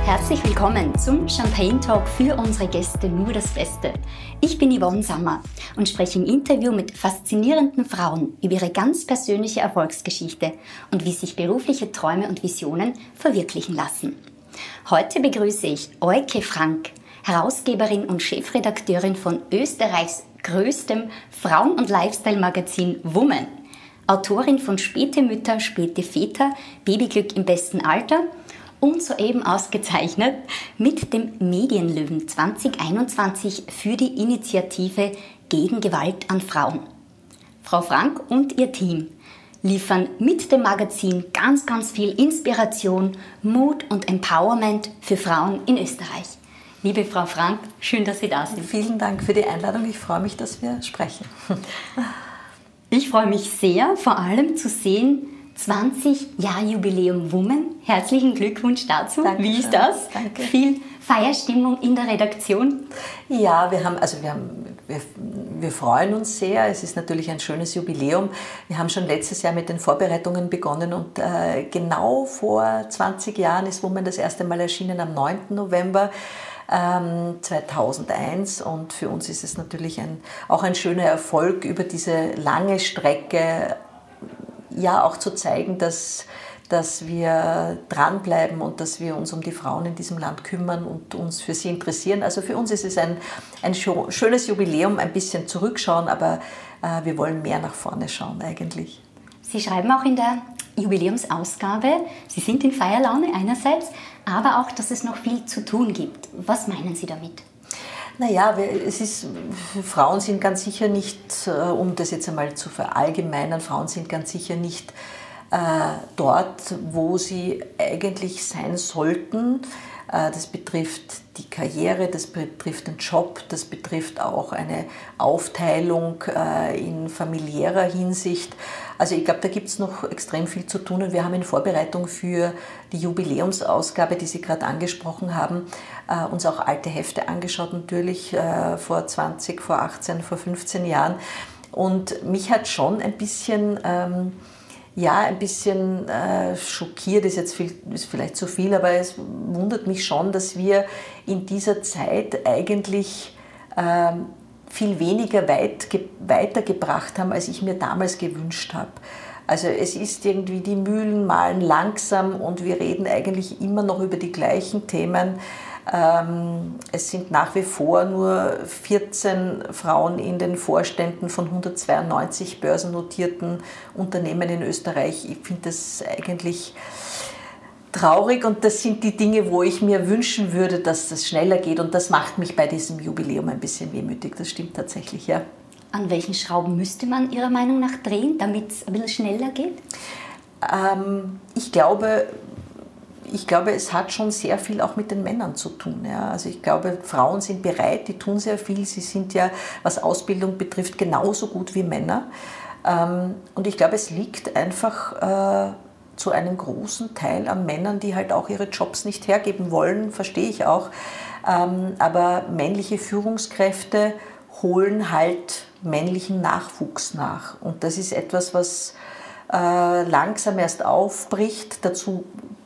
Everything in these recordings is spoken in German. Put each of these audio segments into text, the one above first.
Herzlich willkommen zum Champagne Talk für unsere Gäste nur das Beste. Ich bin Yvonne Sammer und spreche im Interview mit faszinierenden Frauen über ihre ganz persönliche Erfolgsgeschichte und wie sich berufliche Träume und Visionen verwirklichen lassen. Heute begrüße ich Oike Frank, Herausgeberin und Chefredakteurin von Österreichs größtem Frauen- und Lifestyle-Magazin Woman, Autorin von Späte Mütter, späte Väter, Babyglück im besten Alter und soeben ausgezeichnet mit dem Medienlöwen 2021 für die Initiative gegen Gewalt an Frauen. Frau Frank und ihr Team liefern mit dem Magazin ganz viel Inspiration, Mut und Empowerment für Frauen in Österreich. Liebe Frau Frank, schön, dass Sie da sind. Vielen Dank für die Einladung. Ich freue mich, dass wir sprechen. Ich freue mich sehr, vor allem zu sehen, 20 Jahre Jubiläum Woman. Herzlichen Glückwunsch dazu. Danke. Wie ist das? Danke. Viel Feierstimmung in der Redaktion? Ja, wir freuen uns sehr. Es ist natürlich ein schönes Jubiläum. Wir haben schon letztes Jahr mit den Vorbereitungen begonnen und genau vor 20 Jahren ist Woman das erste Mal erschienen, am 9. November 2001, und für uns ist es natürlich auch ein schöner Erfolg, über diese lange Strecke ja auch zu zeigen, dass wir dranbleiben und dass wir uns um die Frauen in diesem Land kümmern und uns für sie interessieren. Also für uns ist es ein schönes Jubiläum, ein bisschen zurückschauen, aber wir wollen mehr nach vorne schauen eigentlich. Sie schreiben auch in der Jubiläumsausgabe, Sie sind in Feierlaune einerseits, aber auch, dass es noch viel zu tun gibt. Was meinen Sie damit? Naja, Frauen sind ganz sicher nicht, um das jetzt einmal zu verallgemeinern, Frauen sind ganz sicher nicht dort, wo sie eigentlich sein sollten. Das betrifft die Karriere, das betrifft den Job, das betrifft auch eine Aufteilung in familiärer Hinsicht. Also ich glaube, da gibt es noch extrem viel zu tun, und wir haben in Vorbereitung für die Jubiläumsausgabe, die Sie gerade angesprochen haben, uns auch alte Hefte angeschaut, natürlich vor 20, vor 18, vor 15 Jahren. Und mich hat schon ein bisschen schockiert, ist vielleicht zu viel, aber es wundert mich schon, dass wir in dieser Zeit eigentlich viel weniger weitergebracht haben, als ich mir damals gewünscht habe. Also es ist irgendwie, die Mühlen mahlen langsam und wir reden eigentlich immer noch über die gleichen Themen. Es sind nach wie vor nur 14 Frauen in den Vorständen von 192 börsennotierten Unternehmen in Österreich. Ich finde das eigentlich traurig, und das sind die Dinge, wo ich mir wünschen würde, dass das schneller geht, und das macht mich bei diesem Jubiläum ein bisschen wehmütig. Das stimmt tatsächlich, ja. An welchen Schrauben müsste man Ihrer Meinung nach drehen, damit es ein bisschen schneller geht? Ich glaube, es hat schon sehr viel auch mit den Männern zu tun. Ja. Also ich glaube, Frauen sind bereit, die tun sehr viel. Sie sind ja, was Ausbildung betrifft, genauso gut wie Männer. Und ich glaube, es liegt einfach zu einem großen Teil an Männern, die halt auch ihre Jobs nicht hergeben wollen, verstehe ich auch. Aber männliche Führungskräfte holen halt männlichen Nachwuchs nach. Und das ist etwas, was langsam erst aufbricht. Dazu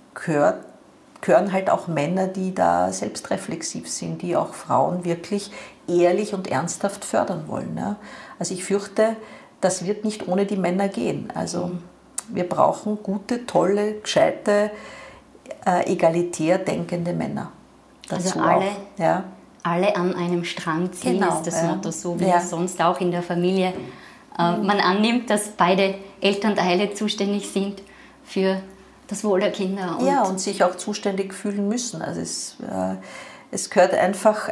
gehören halt auch Männer, die da selbstreflexiv sind, die auch Frauen wirklich ehrlich und ernsthaft fördern wollen. Ja. Also ich fürchte, das wird nicht ohne die Männer gehen. Also wir brauchen gute, tolle, gescheite, egalitär denkende Männer. Dazu also alle an einem Strang ziehen, genau, ist das Motto, so wie es sonst auch in der Familie man annimmt, dass beide Elternteile zuständig sind für das Wohl der Kinder. Und sich auch zuständig fühlen müssen. Also es gehört einfach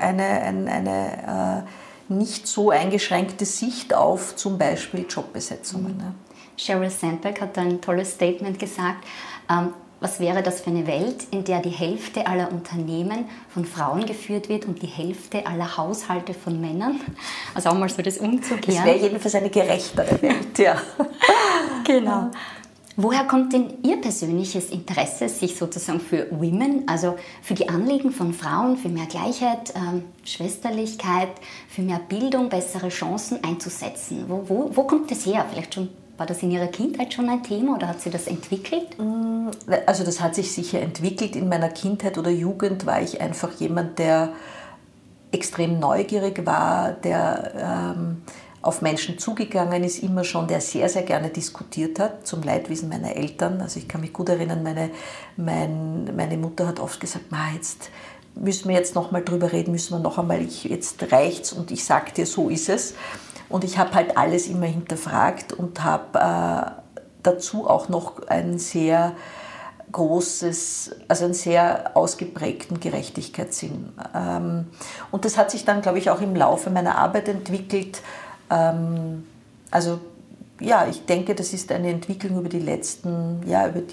eine nicht so eingeschränkte Sicht auf zum Beispiel Jobbesetzungen. Ne? Sheryl Sandberg hat ein tolles Statement gesagt. Was wäre das für eine Welt, in der die Hälfte aller Unternehmen von Frauen geführt wird und die Hälfte aller Haushalte von Männern? Also auch mal so das umzukehren. Das wäre jedenfalls eine gerechtere Welt, ja. Genau. Woher kommt denn Ihr persönliches Interesse, sich sozusagen für Women, also für die Anliegen von Frauen, für mehr Gleichheit, Schwesterlichkeit, für mehr Bildung, bessere Chancen einzusetzen? Wo kommt das her? Vielleicht schon War das in Ihrer Kindheit schon ein Thema oder hat sie das entwickelt? Also das hat sich sicher entwickelt. In meiner Kindheit oder Jugend war ich einfach jemand, der extrem neugierig war, der auf Menschen zugegangen ist, immer schon, der sehr, sehr gerne diskutiert hat, zum Leidwesen meiner Eltern. Also ich kann mich gut erinnern, meine Mutter hat oft gesagt, jetzt müssen wir jetzt noch mal drüber reden, müssen wir noch einmal, jetzt reicht's und ich sag dir, so ist es. Und ich habe halt alles immer hinterfragt und habe dazu auch noch ein sehr großes, also einen sehr ausgeprägten Gerechtigkeitssinn. Und das hat sich dann, glaube ich, auch im Laufe meiner Arbeit entwickelt. Also ja, ich denke, das ist eine Entwicklung über die letzten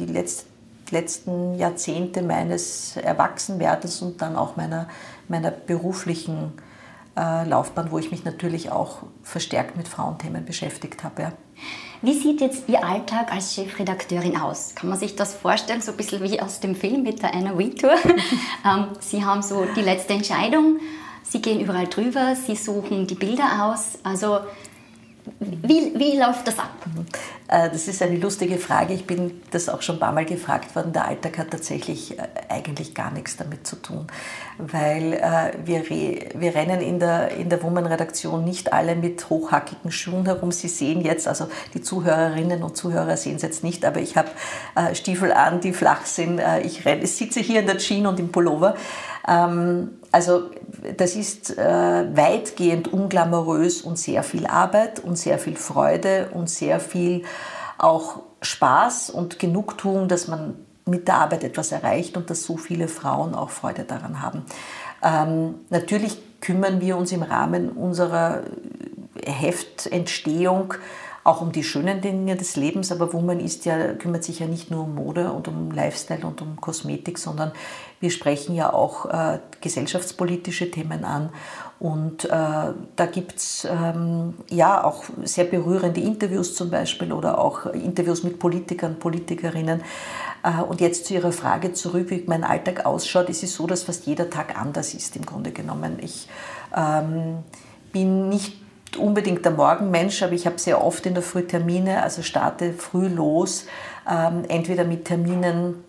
Jahrzehnte meines Erwachsenwerdens und dann auch meiner beruflichen Laufbahn, wo ich mich natürlich auch verstärkt mit Frauenthemen beschäftigt habe. Ja. Wie sieht jetzt Ihr Alltag als Chefredakteurin aus? Kann man sich das vorstellen, so ein bisschen wie aus dem Film mit der Anna Wintour? Sie haben so die letzte Entscheidung, Sie gehen überall drüber, Sie suchen die Bilder aus. Also wie läuft das ab? Das ist eine lustige Frage. Ich bin das auch schon ein paar Mal gefragt worden. Der Alltag hat tatsächlich eigentlich gar nichts damit zu tun, weil wir rennen in der Woman-Redaktion nicht alle mit hochhackigen Schuhen herum. Sie sehen jetzt, also die Zuhörerinnen und Zuhörer sehen es jetzt nicht, aber ich habe Stiefel an, die flach sind. Ich sitze hier in der Jeans und im Pullover. Also das ist weitgehend unglamourös und sehr viel Arbeit und sehr viel Freude und sehr viel auch Spaß und Genugtuung, dass man mit der Arbeit etwas erreicht und dass so viele Frauen auch Freude daran haben. Natürlich kümmern wir uns im Rahmen unserer Heftentstehung auch um die schönen Dinge des Lebens, aber Woman kümmert sich ja nicht nur um Mode und um Lifestyle und um Kosmetik, sondern wir sprechen ja auch gesellschaftspolitische Themen an. Und da gibt es auch sehr berührende Interviews zum Beispiel oder auch Interviews mit Politikern, Politikerinnen. Und jetzt zu Ihrer Frage zurück, wie mein Alltag ausschaut. Es ist so, dass fast jeder Tag anders ist im Grunde genommen. Ich bin nicht unbedingt der Morgenmensch, aber ich habe sehr oft in der Früh Termine, also starte früh los, entweder mit Terminen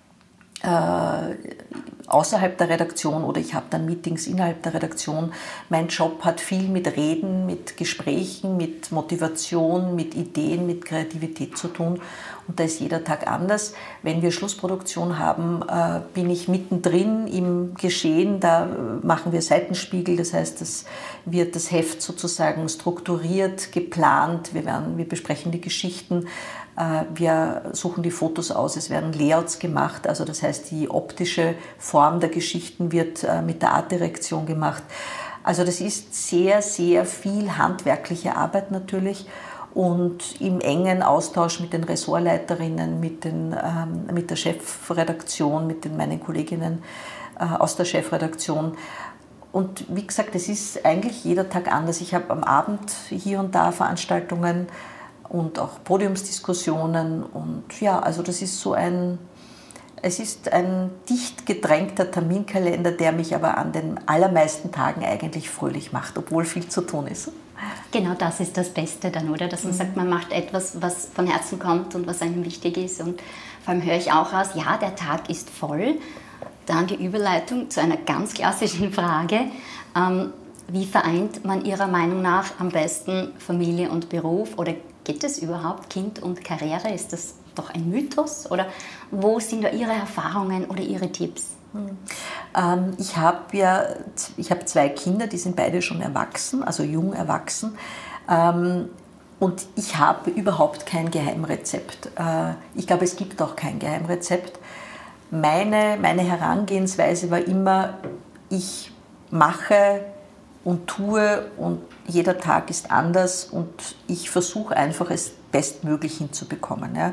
außerhalb der Redaktion oder ich habe dann Meetings innerhalb der Redaktion. Mein Job hat viel mit Reden, mit Gesprächen, mit Motivation, mit Ideen, mit Kreativität zu tun und da ist jeder Tag anders. Wenn wir Schlussproduktion haben, bin ich mittendrin im Geschehen, da machen wir Seitenspiegel, das heißt, das wird das Heft sozusagen strukturiert, geplant, wir besprechen die Geschichten, wir suchen die Fotos aus, es werden Layouts gemacht, also das heißt, die optische Form der Geschichten wird mit der Artdirektion gemacht. Also das ist sehr, sehr viel handwerkliche Arbeit natürlich und im engen Austausch mit den Ressortleiterinnen, mit der Chefredaktion, mit meinen Kolleginnen aus der Chefredaktion. Und wie gesagt, es ist eigentlich jeder Tag anders. Ich habe am Abend hier und da Veranstaltungen und auch Podiumsdiskussionen und ja, also das ist es ist ein dicht gedrängter Terminkalender, der mich aber an den allermeisten Tagen eigentlich fröhlich macht, obwohl viel zu tun ist. Genau das ist das Beste dann, oder? Dass man sagt, man macht etwas, was von Herzen kommt und was einem wichtig ist und vor allem höre ich auch raus, ja, der Tag ist voll. Dann die Überleitung zu einer ganz klassischen Frage. Wie vereint man Ihrer Meinung nach am besten Familie und Beruf oder geht es überhaupt, Kind und Karriere? Ist das doch ein Mythos? Oder wo sind da Ihre Erfahrungen oder Ihre Tipps? Ich habe 2 Kinder, die sind beide schon erwachsen, also jung erwachsen. Und ich habe überhaupt kein Geheimrezept. Ich glaube, es gibt auch kein Geheimrezept. Meine Herangehensweise war immer, ich mache und tue und jeder Tag ist anders und ich versuche einfach, es bestmöglich hinzubekommen. Ja.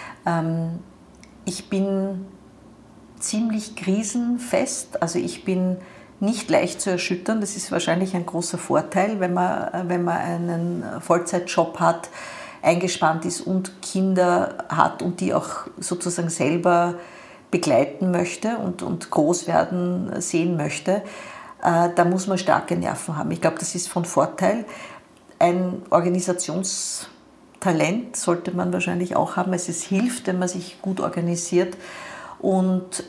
Ich bin ziemlich krisenfest, also ich bin nicht leicht zu erschüttern. Das ist wahrscheinlich ein großer Vorteil, wenn man einen Vollzeitjob hat, eingespannt ist und Kinder hat und die auch sozusagen selber begleiten möchte und groß werden sehen möchte. Da muss man starke Nerven haben. Ich glaube, das ist von Vorteil. Ein Organisationstalent Talent sollte man wahrscheinlich auch haben. Es hilft, wenn man sich gut organisiert. Und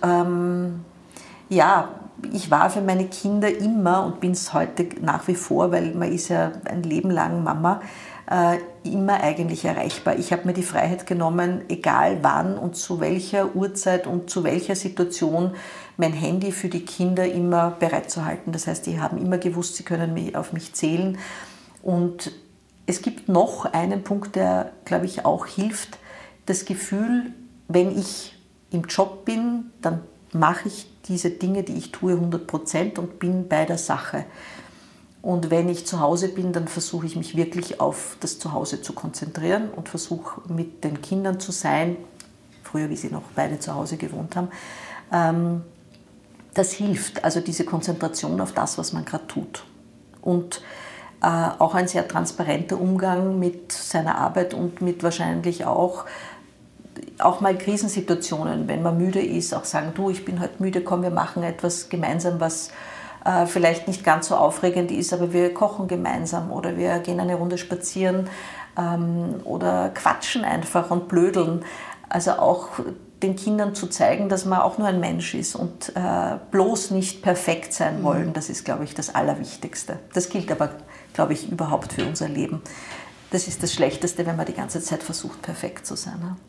ja, ich war für meine Kinder immer und bin es heute nach wie vor, weil man ist ja ein Leben lang Mama, immer eigentlich erreichbar. Ich habe mir die Freiheit genommen, egal wann und zu welcher Uhrzeit und zu welcher Situation mein Handy für die Kinder immer bereitzuhalten. Das heißt, die haben immer gewusst, sie können auf mich zählen. Und es gibt noch einen Punkt, der, glaube ich, auch hilft. Das Gefühl, wenn ich im Job bin, dann mache ich diese Dinge, die ich tue, 100% und bin bei der Sache. Und wenn ich zu Hause bin, dann versuche ich mich wirklich auf das Zuhause zu konzentrieren und versuche mit den Kindern zu sein, früher wie sie noch beide zu Hause gewohnt haben. Das hilft, also diese Konzentration auf das, was man gerade tut. Und auch ein sehr transparenter Umgang mit seiner Arbeit und mit wahrscheinlich auch mal Krisensituationen, wenn man müde ist, auch sagen, du, ich bin heute müde, komm, wir machen etwas gemeinsam, was vielleicht nicht ganz so aufregend ist, aber wir kochen gemeinsam oder wir gehen eine Runde spazieren oder quatschen einfach und blödeln. Also auch den Kindern zu zeigen, dass man auch nur ein Mensch ist und bloß nicht perfekt sein wollen, das ist, glaube ich, das Allerwichtigste. Das gilt aber, glaube ich, überhaupt für unser Leben. Das ist das Schlechteste, wenn man die ganze Zeit versucht, perfekt zu sein. Ne?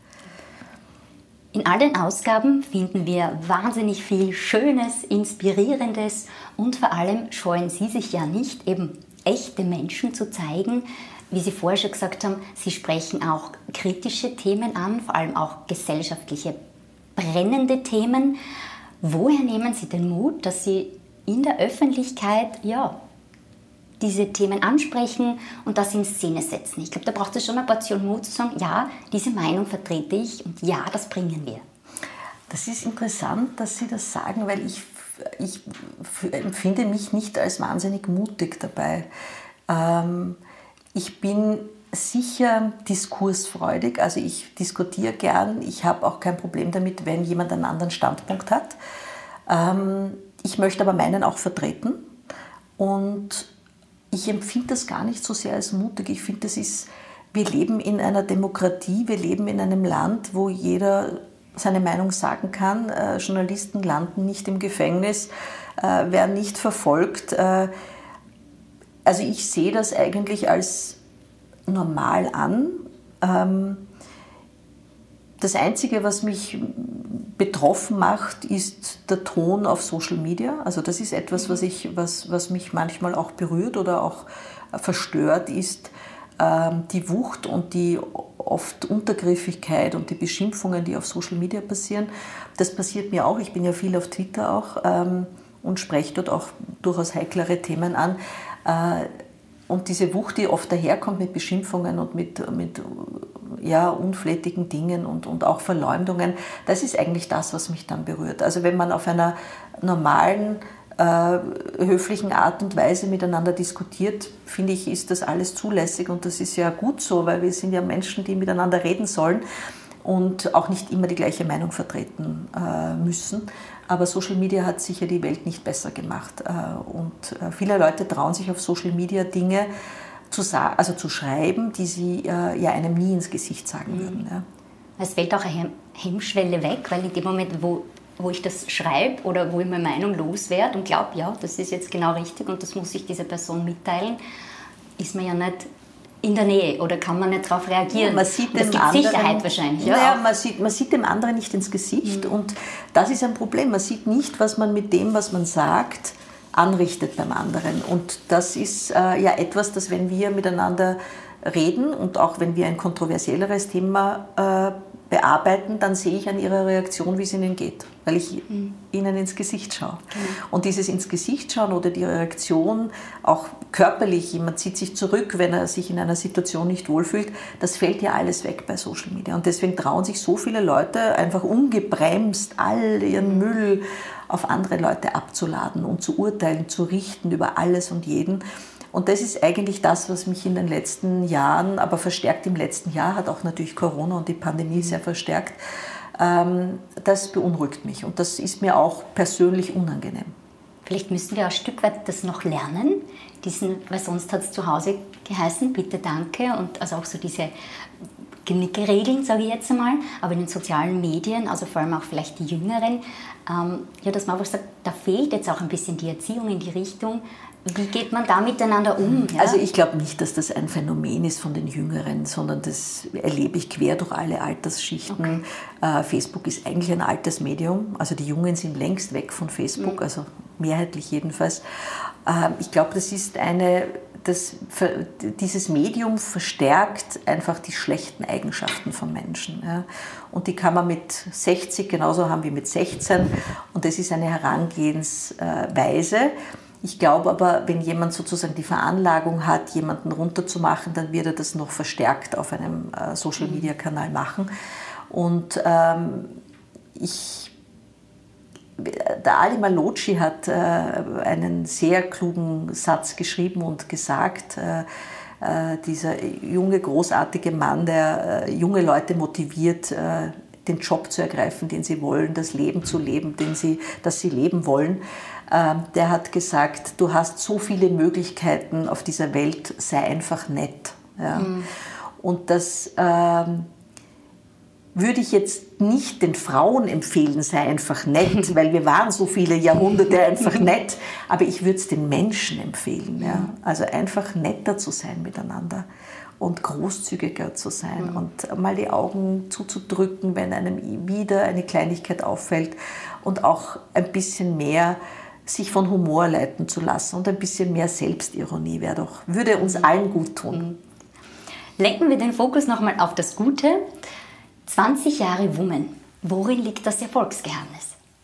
In all den Ausgaben finden wir wahnsinnig viel Schönes, Inspirierendes und vor allem scheuen Sie sich ja nicht, eben echte Menschen zu zeigen. Wie Sie vorher schon gesagt haben, Sie sprechen auch kritische Themen an, vor allem auch gesellschaftliche brennende Themen. Woher nehmen Sie den Mut, dass Sie in der Öffentlichkeit diese Themen ansprechen und das in Szene setzen? Ich glaube, da braucht es schon eine Portion Mut zu sagen, ja, diese Meinung vertrete ich und ja, das bringen wir. Das ist interessant, dass Sie das sagen, weil ich empfinde mich nicht als wahnsinnig mutig dabei. Ich bin sicher diskursfreudig, also ich diskutiere gern, ich habe auch kein Problem damit, wenn jemand einen anderen Standpunkt hat. Ich möchte aber meinen auch vertreten und ich empfinde das gar nicht so sehr als mutig. Ich finde, wir leben in einer Demokratie, wir leben in einem Land, wo jeder seine Meinung sagen kann. Journalisten landen nicht im Gefängnis, werden nicht verfolgt. Also ich sehe das eigentlich als normal an. Das Einzige, was mich betroffen macht, ist der Ton auf Social Media. Also das ist etwas, was mich manchmal auch berührt oder auch verstört, ist die Wucht und die oft Untergriffigkeit und die Beschimpfungen, die auf Social Media passieren. Das passiert mir auch. Ich bin ja viel auf Twitter auch und spreche dort auch durchaus heiklere Themen an. Und diese Wucht, die oft daherkommt mit Beschimpfungen und mit unflätigen Dingen und auch Verleumdungen, das ist eigentlich das, was mich dann berührt. Also wenn man auf einer normalen, höflichen Art und Weise miteinander diskutiert, finde ich, ist das alles zulässig und das ist ja gut so, weil wir sind ja Menschen, die miteinander reden sollen und auch nicht immer die gleiche Meinung vertreten müssen. Aber Social Media hat sicher die Welt nicht besser gemacht. Und viele Leute trauen sich auf Social Media Dinge zu schreiben, die sie einem nie ins Gesicht sagen würden. Ja. Es fällt auch eine Hemmschwelle weg, weil in dem Moment, wo ich das schreibe oder wo ich meine Meinung loswerde und glaube, ja, das ist jetzt genau richtig und das muss ich dieser Person mitteilen, ist man ja nicht in der Nähe oder kann man nicht darauf reagieren. Ja, man sieht das gibt Sicherheit wahrscheinlich. Ja, man sieht dem anderen nicht ins Gesicht und das ist ein Problem. Man sieht nicht, was man mit dem, was man sagt, anrichtet beim anderen. Und das ist etwas, das, wenn wir miteinander reden und auch wenn wir ein kontroversielleres Thema bearbeiten, dann sehe ich an ihrer Reaktion, wie es ihnen geht, weil ich ihnen ins Gesicht schaue. Und dieses ins Gesicht schauen oder die Reaktion, auch körperlich, jemand zieht sich zurück, wenn er sich in einer Situation nicht wohlfühlt, das fällt ja alles weg bei Social Media. Und deswegen trauen sich so viele Leute einfach ungebremst all ihren Müll auf andere Leute abzuladen und zu urteilen, zu richten über alles und jeden. Und das ist eigentlich das, was mich in den letzten Jahren, aber verstärkt im letzten Jahr, hat auch natürlich Corona und die Pandemie sehr verstärkt, das beunruhigt mich und das ist mir auch persönlich unangenehm. vielleicht müssen wir ein Stück weit das noch lernen, weil sonst hat es zu Hause geheißen, bitte, danke, und also auch so diese Knickeregeln, sage ich jetzt einmal, aber in den sozialen Medien, also vor allem auch vielleicht die Jüngeren, dass man einfach sagt, da fehlt jetzt auch ein bisschen die Erziehung in die Richtung, wie geht man da miteinander um? Ja? Also ich glaube nicht, dass das ein Phänomen ist von den Jüngeren, sondern das erlebe ich quer durch alle Altersschichten. Okay. Facebook ist eigentlich ein altes Medium, also die Jungen sind längst weg von Facebook, also mehrheitlich jedenfalls. Ich glaube, das ist dieses Medium verstärkt einfach die schlechten Eigenschaften von Menschen. Ja. Und die kann man mit 60 genauso haben wie mit 16. Und das ist eine Herangehensweise. Ich glaube aber, wenn jemand sozusagen die Veranlagung hat, jemanden runterzumachen, dann wird er das noch verstärkt auf einem Social-Media-Kanal machen. Und der Ali Malocci hat einen sehr klugen Satz geschrieben und gesagt, dieser junge, großartige Mann, der junge Leute motiviert, den Job zu ergreifen, den sie wollen, das Leben zu leben, das sie leben wollen. Der hat gesagt, du hast so viele Möglichkeiten auf dieser Welt, sei einfach nett. Ja. Und das würde ich jetzt nicht den Frauen empfehlen, sei einfach nett, weil wir waren so viele Jahrhunderte einfach nett, aber ich würde es den Menschen empfehlen. Ja. Also einfach netter zu sein miteinander und großzügiger zu sein und mal die Augen zuzudrücken, wenn einem wieder eine Kleinigkeit auffällt und auch ein bisschen mehr sich von Humor leiten zu lassen und ein bisschen mehr Selbstironie würde uns allen gut tun. Lenken wir den Fokus nochmal auf das Gute. 20 Jahre Woman. Worin liegt das Erfolgsgeheimnis?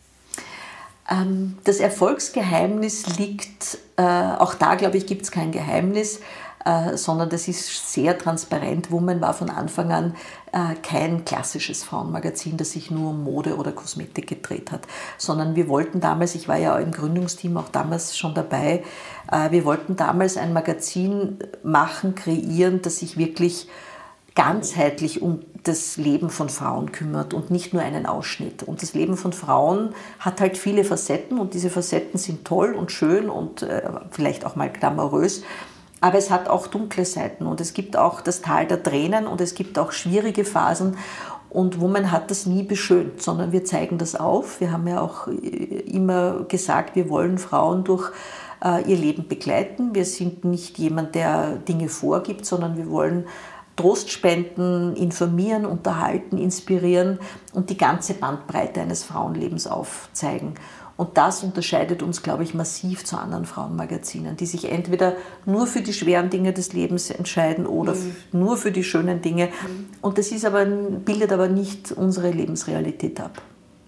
Das Erfolgsgeheimnis liegt, auch da glaube ich, gibt es kein Geheimnis, sondern das ist sehr transparent. Woman war von Anfang an kein klassisches Frauenmagazin, das sich nur um Mode oder Kosmetik gedreht hat, sondern wir wollten damals, ich war ja im Gründungsteam auch damals schon dabei, wir wollten damals ein Magazin machen, kreieren, das sich wirklich ganzheitlich um das Leben von Frauen kümmert und nicht nur einen Ausschnitt. Und das Leben von Frauen hat halt viele Facetten und diese Facetten sind toll und schön und vielleicht auch mal glamourös. Aber es hat auch dunkle Seiten und es gibt auch das Tal der Tränen und es gibt auch schwierige Phasen. Und Woman hat das nie beschönt, sondern wir zeigen das auf. Wir haben ja auch immer gesagt, wir wollen Frauen durch ihr Leben begleiten. Wir sind nicht jemand, der Dinge vorgibt, sondern wir wollen Trost spenden, informieren, unterhalten, inspirieren und die ganze Bandbreite eines Frauenlebens aufzeigen. Und das unterscheidet uns, glaube ich, massiv zu anderen Frauenmagazinen, die sich entweder nur für die schweren Dinge des Lebens entscheiden oder nur für die schönen Dinge. Und das ist bildet aber nicht unsere Lebensrealität ab.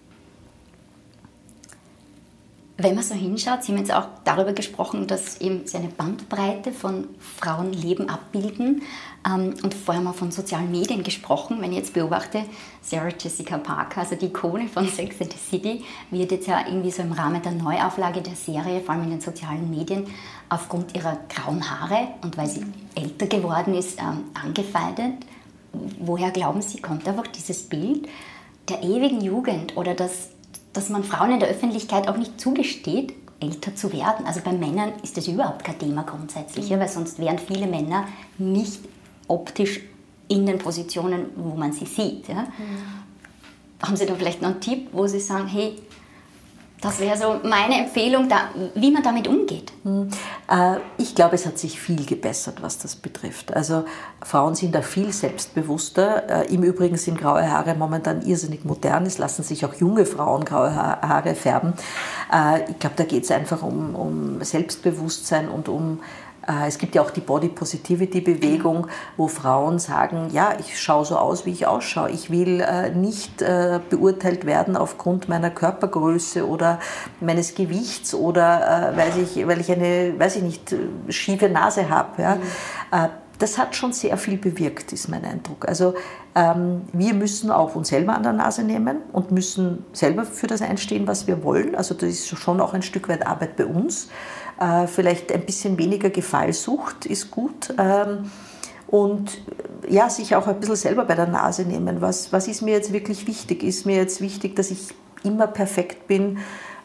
Wenn man so hinschaut, Sie haben jetzt auch darüber gesprochen, dass eben Sie eine Bandbreite von Frauenleben abbilden und vorher mal von sozialen Medien gesprochen. Wenn ich jetzt beobachte, Sarah Jessica Parker, also die Ikone von Sex and the City, wird jetzt ja irgendwie so im Rahmen der Neuauflage der Serie, vor allem in den sozialen Medien, aufgrund ihrer grauen Haare und weil sie älter geworden ist, angefeindet. Woher glauben Sie, kommt einfach dieses Bild der ewigen Jugend oder dass man Frauen in der Öffentlichkeit auch nicht zugesteht, älter zu werden. Also bei Männern ist das überhaupt kein Thema grundsätzlich, weil sonst wären viele Männer nicht optisch in den Positionen, wo man sie sieht. Ja? Haben Sie da vielleicht noch einen Tipp, wo Sie sagen, hey, das wäre so meine Empfehlung, wie man damit umgeht? Ich glaube, es hat sich viel gebessert, was das betrifft. Also Frauen sind da viel selbstbewusster. Im Übrigen sind graue Haare momentan irrsinnig modern. Es lassen sich auch junge Frauen graue Haare färben. Ich glaube, da geht es einfach um Selbstbewusstsein und es gibt ja auch die Body Positivity Bewegung, wo Frauen sagen, ja, ich schaue so aus, wie ich ausschaue. Ich will nicht beurteilt werden aufgrund meiner Körpergröße oder meines Gewichts oder weil ich eine, weiß ich nicht, schiefe Nase habe. Ja. Das hat schon sehr viel bewirkt, ist mein Eindruck. Also wir müssen auch uns selber an der Nase nehmen und müssen selber für das einstehen, was wir wollen. Also das ist schon auch ein Stück weit Arbeit bei uns. Vielleicht ein bisschen weniger Gefallsucht ist gut. Und ja, sich auch ein bisschen selber bei der Nase nehmen. Was ist mir jetzt wirklich wichtig? Ist mir jetzt wichtig, dass ich immer perfekt bin,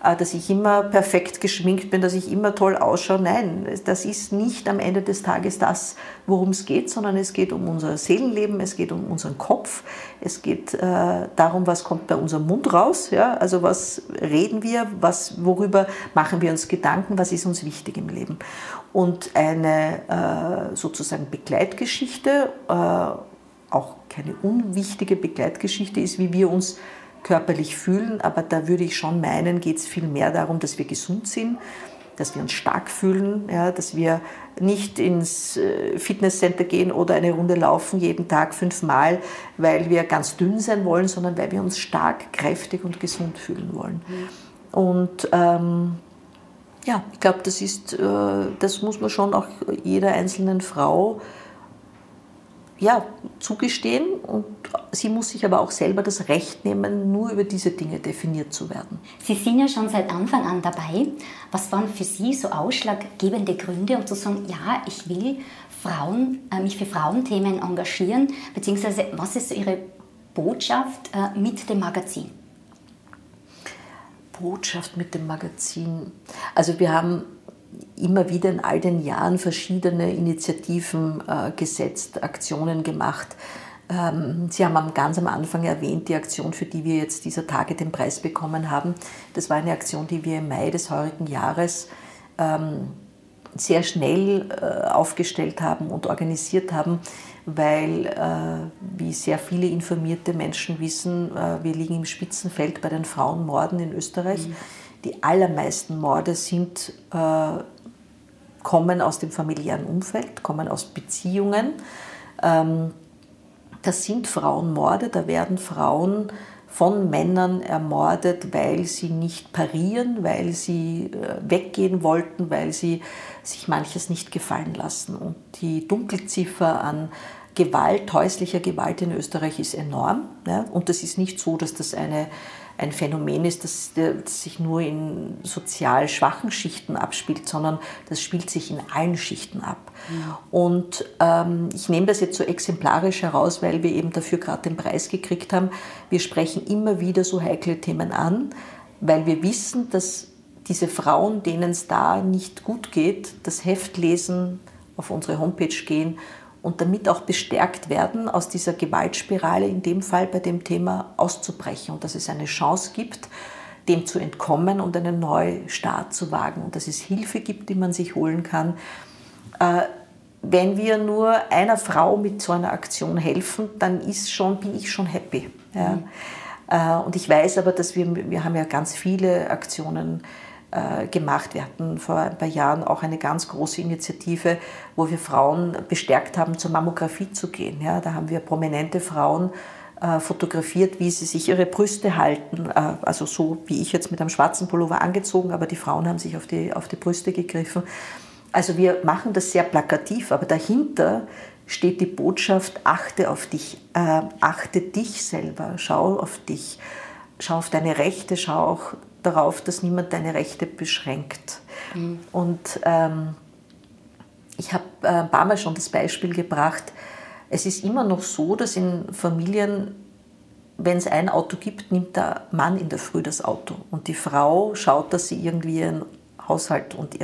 dass ich immer perfekt geschminkt bin, dass ich immer toll ausschaue. Nein, das ist nicht am Ende des Tages das, worum es geht, sondern es geht um unser Seelenleben, es geht um unseren Kopf, es geht darum, was kommt bei unserem Mund raus, ja? Also was reden wir, worüber machen wir uns Gedanken, was ist uns wichtig im Leben. Und eine sozusagen Begleitgeschichte, auch keine unwichtige Begleitgeschichte ist, wie wir uns körperlich fühlen, aber da würde ich schon meinen, geht es viel mehr darum, dass wir gesund sind, dass wir uns stark fühlen, ja, dass wir nicht ins Fitnesscenter gehen oder eine Runde laufen jeden Tag 5-mal, weil wir ganz dünn sein wollen, sondern weil wir uns stark, kräftig und gesund fühlen wollen. Und ja, ich glaube, das muss man schon auch jeder einzelnen Frau zugestehen, und sie muss sich aber auch selber das Recht nehmen, nur über diese Dinge definiert zu werden. Sie sind ja schon seit Anfang an dabei. Was waren für Sie so ausschlaggebende Gründe, um zu sagen, ja, ich will mich für Frauenthemen engagieren, beziehungsweise was ist so Ihre Botschaft mit dem Magazin? Botschaft mit dem Magazin. Also wir haben immer wieder in all den Jahren verschiedene Initiativen gesetzt, Aktionen gemacht. Sie haben ganz am Anfang erwähnt, die Aktion, für die wir jetzt dieser Tage den Preis bekommen haben. Das war eine Aktion, die wir im Mai des heurigen Jahres sehr schnell aufgestellt haben und organisiert haben, weil, wie sehr viele informierte Menschen wissen, wir liegen im Spitzenfeld bei den Frauenmorden in Österreich. Die allermeisten Morde kommen aus dem familiären Umfeld, kommen aus Beziehungen. Das sind Frauenmorde, da werden Frauen von Männern ermordet, weil sie nicht parieren, weil sie weggehen wollten, weil sie sich manches nicht gefallen lassen. Und die Dunkelziffer an Gewalt, häuslicher Gewalt in Österreich ist enorm. Ja? Und das ist nicht so, dass das ein Phänomen ist, das sich nur in sozial schwachen Schichten abspielt, sondern das spielt sich in allen Schichten ab. Ja. Und ich nehme das jetzt so exemplarisch heraus, weil wir eben dafür gerade den Preis gekriegt haben. Wir sprechen immer wieder so heikle Themen an, weil wir wissen, dass diese Frauen, denen es da nicht gut geht, das Heft lesen, auf unsere Homepage gehen und damit auch bestärkt werden, aus dieser Gewaltspirale, in dem Fall bei dem Thema, auszubrechen und dass es eine Chance gibt, dem zu entkommen und einen Neustart zu wagen und dass es Hilfe gibt, die man sich holen kann. Wenn wir nur einer Frau mit so einer Aktion helfen, dann bin ich schon happy. Ja. Und ich weiß aber, dass wir haben ja ganz viele Aktionen gemacht. Wir hatten vor ein paar Jahren auch eine ganz große Initiative, wo wir Frauen bestärkt haben, zur Mammographie zu gehen. Ja, da haben wir prominente Frauen fotografiert, wie sie sich ihre Brüste halten. Also so wie ich jetzt mit einem schwarzen Pullover angezogen, aber die Frauen haben sich auf die Brüste gegriffen. Also wir machen das sehr plakativ, aber dahinter steht die Botschaft, achte auf dich, achte dich selber, schau auf dich, schau auf deine Rechte, schau auch darauf, dass niemand deine Rechte beschränkt. Mhm. Und ich habe ein paar Mal schon das Beispiel gebracht, es ist immer noch so, dass in Familien, wenn es ein Auto gibt, nimmt der Mann in der Früh das Auto und die Frau schaut, dass sie irgendwie ihren Haushalt und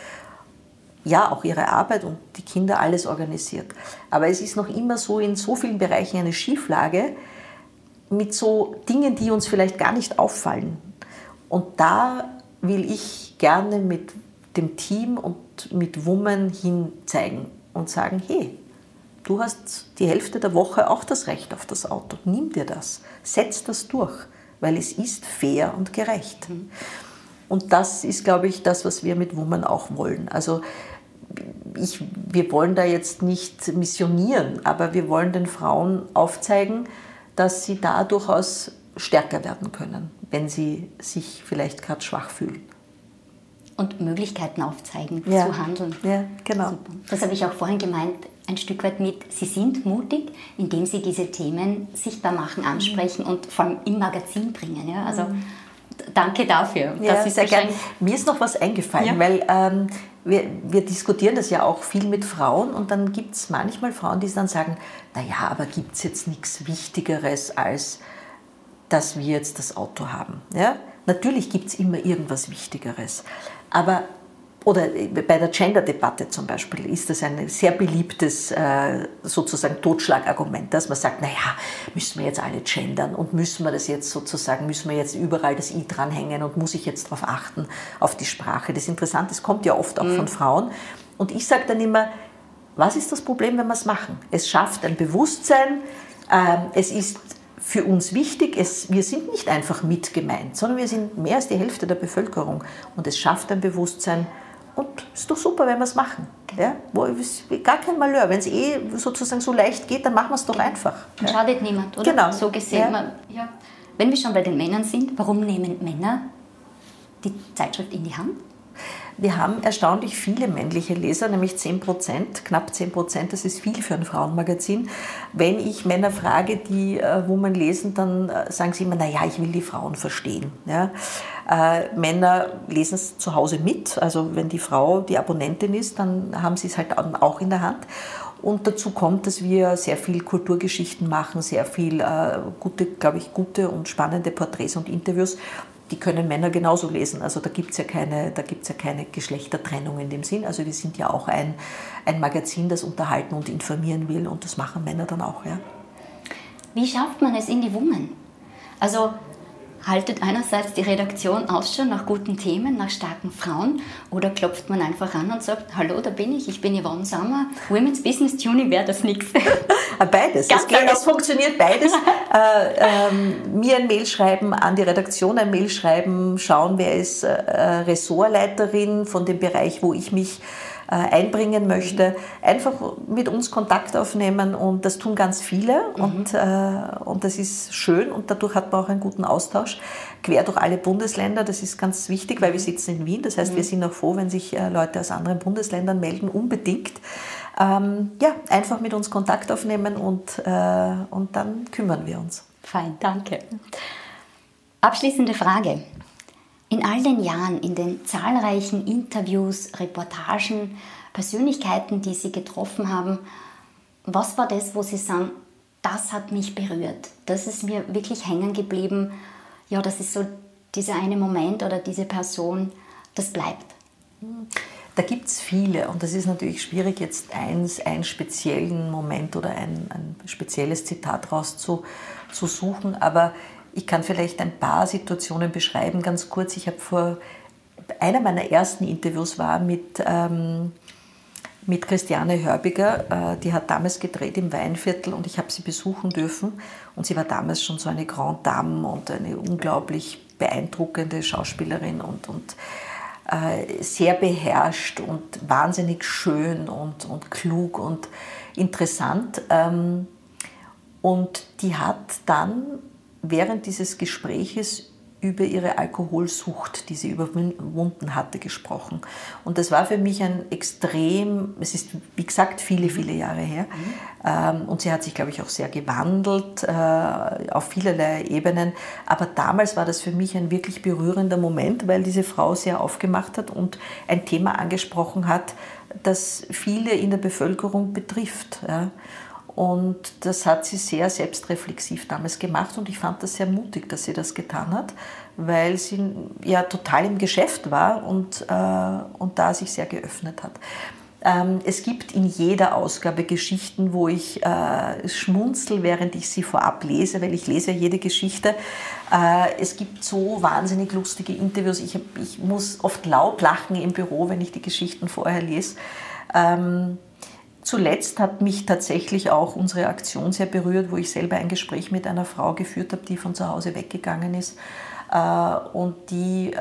auch ihre Arbeit und die Kinder alles organisiert. Aber es ist noch immer so in so vielen Bereichen eine Schieflage mit so Dingen, die uns vielleicht gar nicht auffallen. Und da will ich gerne mit dem Team und mit Women hinzeigen und sagen, hey, du hast die Hälfte der Woche auch das Recht auf das Auto. Nimm dir das, setz das durch, weil es ist fair und gerecht. Und das ist, glaube ich, das, was wir mit Women auch wollen. Also wir wollen da jetzt nicht missionieren, aber wir wollen den Frauen aufzeigen, dass sie da durchaus stärker werden können, wenn sie sich vielleicht gerade schwach fühlen. Und Möglichkeiten aufzeigen, zu handeln. Ja, genau. Super. Das habe ich auch vorhin gemeint, ein Stück weit mit, Sie sind mutig, indem Sie diese Themen sichtbar machen, ansprechen und vor allem im Magazin bringen. Ja? Also danke dafür. Ja, sehr gerne. Mir ist noch was eingefallen, weil wir diskutieren das ja auch viel mit Frauen und dann gibt es manchmal Frauen, die dann sagen, naja, aber gibt es jetzt nichts Wichtigeres, als dass wir jetzt das Auto haben. Ja? Natürlich gibt es immer irgendwas Wichtigeres. Aber oder bei der Gender-Debatte zum Beispiel ist das ein sehr beliebtes sozusagen Totschlagargument, dass man sagt, naja, müssen wir jetzt alle gendern und müssen wir das jetzt sozusagen, müssen wir jetzt überall das I dranhängen und muss ich jetzt darauf achten, auf die Sprache. Das Interessante, das kommt ja oft auch von Frauen. Und ich sage dann immer, was ist das Problem, wenn wir es machen? Es schafft ein Bewusstsein, es ist für uns wichtig, wir sind nicht einfach mitgemeint, sondern wir sind mehr als die Hälfte der Bevölkerung und es schafft ein Bewusstsein. Und es ist doch super, wenn wir es machen. Ja? Gar kein Malheur. Wenn es sozusagen so leicht geht, dann machen wir es doch einfach. Und schadet niemand, oder? Genau. So gesehen. Ja. Wenn wir schon bei den Männern sind, warum nehmen Männer die Zeitschrift in die Hand? Wir haben erstaunlich viele männliche Leser, nämlich 10%, knapp 10%, das ist viel für ein Frauenmagazin. Wenn ich Männer frage, die Woman lesen, dann sagen sie immer, naja, ich will die Frauen verstehen. Ja? Männer lesen es zu Hause mit, also wenn die Frau die Abonnentin ist, dann haben sie es halt auch in der Hand. Und dazu kommt, dass wir sehr viel Kulturgeschichten machen, sehr viel gute und spannende Porträts und Interviews. Die können Männer genauso lesen. Also da gibt es ja keine Geschlechtertrennung in dem Sinn. Also wir sind ja auch ein Magazin, das unterhalten und informieren will und das machen Männer dann auch. Ja. Wie schafft man es in die Woman? Also haltet einerseits die Redaktion Ausschau nach guten Themen, nach starken Frauen oder klopft man einfach an und sagt, hallo, da bin ich bin Yvonne Sammer, Women's Business Tuning, wäre das nichts? Beides, es funktioniert beides. Mir ein Mail schreiben, an die Redaktion ein Mail schreiben, schauen, wer ist Ressortleiterin von dem Bereich, wo ich mich einbringen möchte, einfach mit uns Kontakt aufnehmen und das tun ganz viele und das ist schön und dadurch hat man auch einen guten Austausch quer durch alle Bundesländer, das ist ganz wichtig, weil wir sitzen in Wien, das heißt, wir sind auch froh, wenn sich Leute aus anderen Bundesländern melden, unbedingt. Einfach mit uns Kontakt aufnehmen und dann kümmern wir uns. Fein, danke. Abschließende Frage. In all den Jahren, in den zahlreichen Interviews, Reportagen, Persönlichkeiten, die Sie getroffen haben, was war das, wo Sie sagen, das hat mich berührt, das ist mir wirklich hängen geblieben, ja, das ist so dieser eine Moment oder diese Person, das bleibt? Da gibt es viele und das ist natürlich schwierig, jetzt einen speziellen Moment oder ein spezielles Zitat rauszusuchen, aber ich kann vielleicht ein paar Situationen beschreiben, ganz kurz. Einer meiner ersten Interviews war mit Christiane Hörbiger. Die hat damals gedreht im Weinviertel und ich habe sie besuchen dürfen. Und sie war damals schon so eine Grande Dame und eine unglaublich beeindruckende Schauspielerin und sehr beherrscht und wahnsinnig schön und klug und interessant. Und die hat dann während dieses Gespräches über ihre Alkoholsucht, die sie überwunden hatte, gesprochen. Und das war für mich es ist wie gesagt viele, viele Jahre her. Und sie hat sich, glaube ich, auch sehr gewandelt auf vielerlei Ebenen. Aber damals war das für mich ein wirklich berührender Moment, weil diese Frau sehr aufgemacht hat und ein Thema angesprochen hat, das viele in der Bevölkerung betrifft. Ja. Und das hat sie sehr selbstreflexiv damals gemacht und ich fand das sehr mutig, dass sie das getan hat, weil sie ja total im Geschäft war und da sich sehr geöffnet hat. Es gibt in jeder Ausgabe Geschichten, wo ich schmunzel, während ich sie vorab lese, weil ich lese ja jede Geschichte. Es gibt so wahnsinnig lustige Interviews. Ich muss oft laut lachen im Büro, wenn ich die Geschichten vorher lese. Zuletzt hat mich tatsächlich auch unsere Aktion sehr berührt, wo ich selber ein Gespräch mit einer Frau geführt habe, die von zu Hause weggegangen ist und die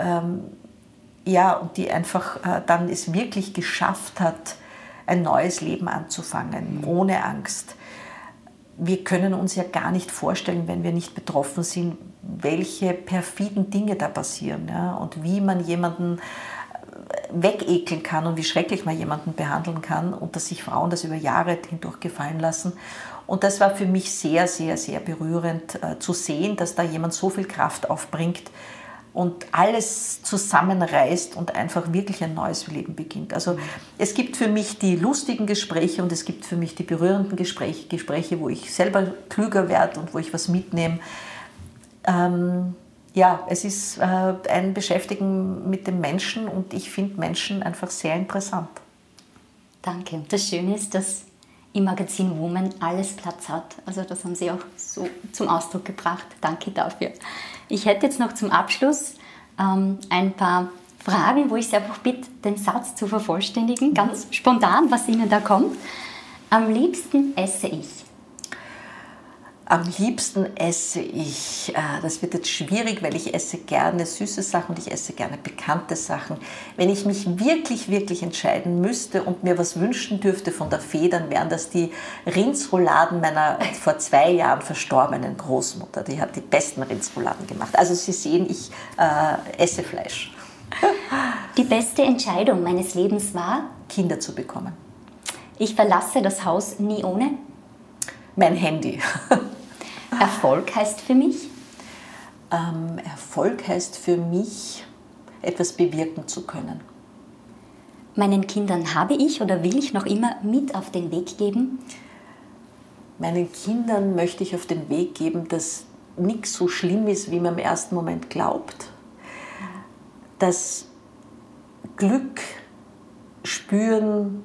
einfach dann es wirklich geschafft hat, ein neues Leben anzufangen, ohne Angst. Wir können uns ja gar nicht vorstellen, wenn wir nicht betroffen sind, welche perfiden Dinge da passieren, ja? Und wie man jemanden wegekeln kann und wie schrecklich man jemanden behandeln kann und dass sich Frauen das über Jahre hindurch gefallen lassen. Und das war für mich sehr, sehr, sehr berührend zu sehen, dass da jemand so viel Kraft aufbringt und alles zusammenreißt und einfach wirklich ein neues Leben beginnt. Also es gibt für mich die lustigen Gespräche und es gibt für mich die berührenden Gespräche, wo ich selber klüger werde und wo ich was mitnehme. Ja, es ist ein Beschäftigen mit dem Menschen und ich finde Menschen einfach sehr interessant. Danke. Das Schöne ist, dass im Magazin Woman alles Platz hat. Also das haben Sie auch so zum Ausdruck gebracht. Danke dafür. Ich hätte jetzt noch zum Abschluss ein paar Fragen, wo ich Sie einfach bitte, den Satz zu vervollständigen, ganz spontan, was Ihnen da kommt. Am liebsten esse ich. Am liebsten esse ich, das wird jetzt schwierig, weil ich esse gerne süße Sachen und ich esse gerne bekannte Sachen. Wenn ich mich wirklich, wirklich entscheiden müsste und mir was wünschen dürfte von der Fee, dann wären das die Rindsrouladen meiner vor 2 Jahren verstorbenen Großmutter. Die hat die besten Rindsrouladen gemacht. Also Sie sehen, ich esse Fleisch. Die beste Entscheidung meines Lebens war, Kinder zu bekommen. ich verlasse das Haus nie ohne. Mein Handy. Erfolg heißt für mich? Erfolg heißt für mich, etwas bewirken zu können. Meinen Kindern habe ich oder will ich noch immer mit auf den Weg geben? Meinen Kindern möchte ich auf den Weg geben, dass nichts so schlimm ist, wie man im ersten Moment glaubt. Dass Glück spüren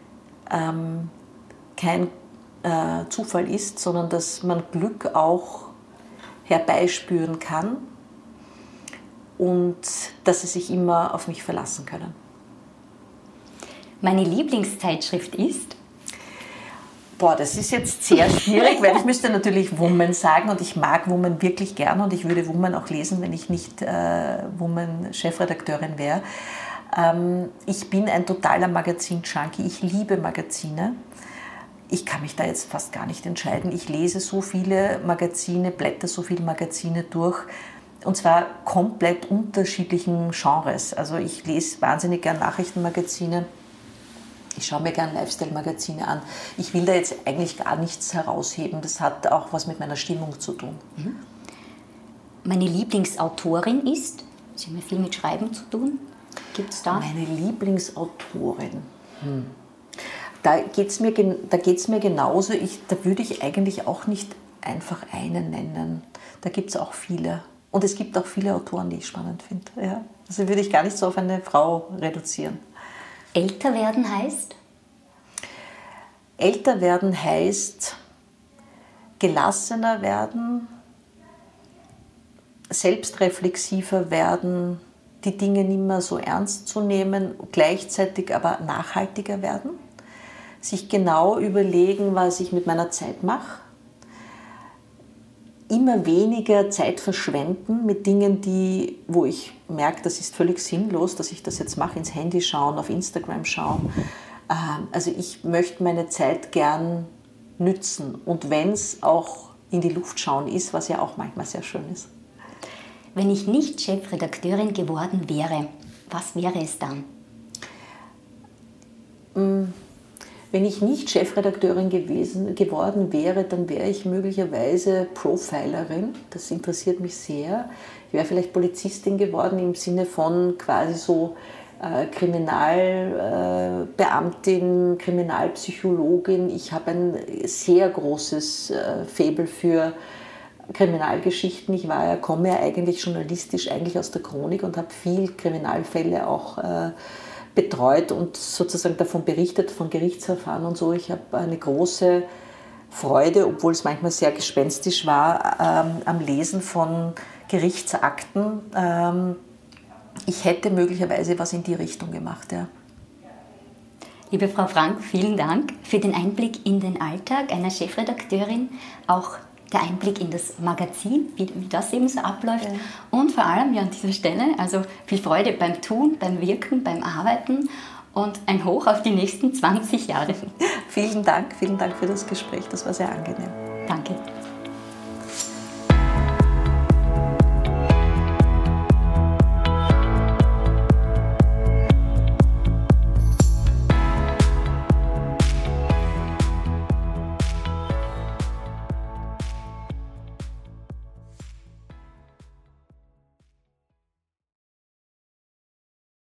kein Zufall ist, sondern dass man Glück auch herbeispüren kann und dass sie sich immer auf mich verlassen können. Meine Lieblingszeitschrift ist? Boah, das ist jetzt sehr schwierig, weil ich müsste natürlich Woman sagen und ich mag Woman wirklich gerne und ich würde Woman auch lesen, wenn ich nicht Woman-Chefredakteurin wäre. Ich bin ein totaler Magazin-Junkie, ich liebe Magazine. Ich kann mich da jetzt fast gar nicht entscheiden. Ich lese so viele Magazine, blätter so viele Magazine durch und zwar komplett unterschiedlichen Genres. Also ich lese wahnsinnig gern Nachrichtenmagazine, ich schaue mir gern Lifestyle-Magazine an. Ich will da jetzt eigentlich gar nichts herausheben. Das hat auch was mit meiner Stimmung zu tun. Meine Lieblingsautorin ist? Sie haben ja viel mit Schreiben zu tun. Gibt es da? Meine Lieblingsautorin? Da geht's mir genauso. Da würde ich eigentlich auch nicht einfach eine nennen. Da gibt es auch viele. Und es gibt auch viele Autoren, die ich spannend finde. Ja. Also würde ich gar nicht so auf eine Frau reduzieren. Älter werden heißt? Älter werden heißt gelassener werden, selbstreflexiver werden, die Dinge nicht mehr so ernst zu nehmen, gleichzeitig aber nachhaltiger werden. Sich genau überlegen, was ich mit meiner Zeit mache. Immer weniger Zeit verschwenden mit Dingen, wo ich merke, das ist völlig sinnlos, dass ich das jetzt mache, ins Handy schauen, auf Instagram schauen. Also ich möchte meine Zeit gern nützen und wenn es auch in die Luft schauen ist, was ja auch manchmal sehr schön ist. Wenn ich nicht Chefredakteurin geworden wäre, was wäre es dann? Wenn ich nicht Chefredakteurin geworden wäre, dann wäre ich möglicherweise Profilerin. Das interessiert mich sehr. Ich wäre vielleicht Polizistin geworden im Sinne von quasi so Kriminalbeamtin, Kriminalpsychologin. Ich habe ein sehr großes Faible für Kriminalgeschichten. Ich komme ja eigentlich journalistisch eigentlich aus der Chronik und habe viel Kriminalfälle auch betreut und sozusagen davon berichtet, von Gerichtsverfahren und so. Ich habe eine große Freude, obwohl es manchmal sehr gespenstisch war, am Lesen von Gerichtsakten. Ich hätte möglicherweise was in die Richtung gemacht, ja. Liebe Frau Frank, vielen Dank für den Einblick in den Alltag einer Chefredakteurin, auch der Einblick in das Magazin, wie das eben so abläuft. Ja. Und vor allem ja an dieser Stelle, also viel Freude beim Tun, beim Wirken, beim Arbeiten und ein Hoch auf die nächsten 20 Jahre. Vielen Dank für das Gespräch, das war sehr angenehm. Danke.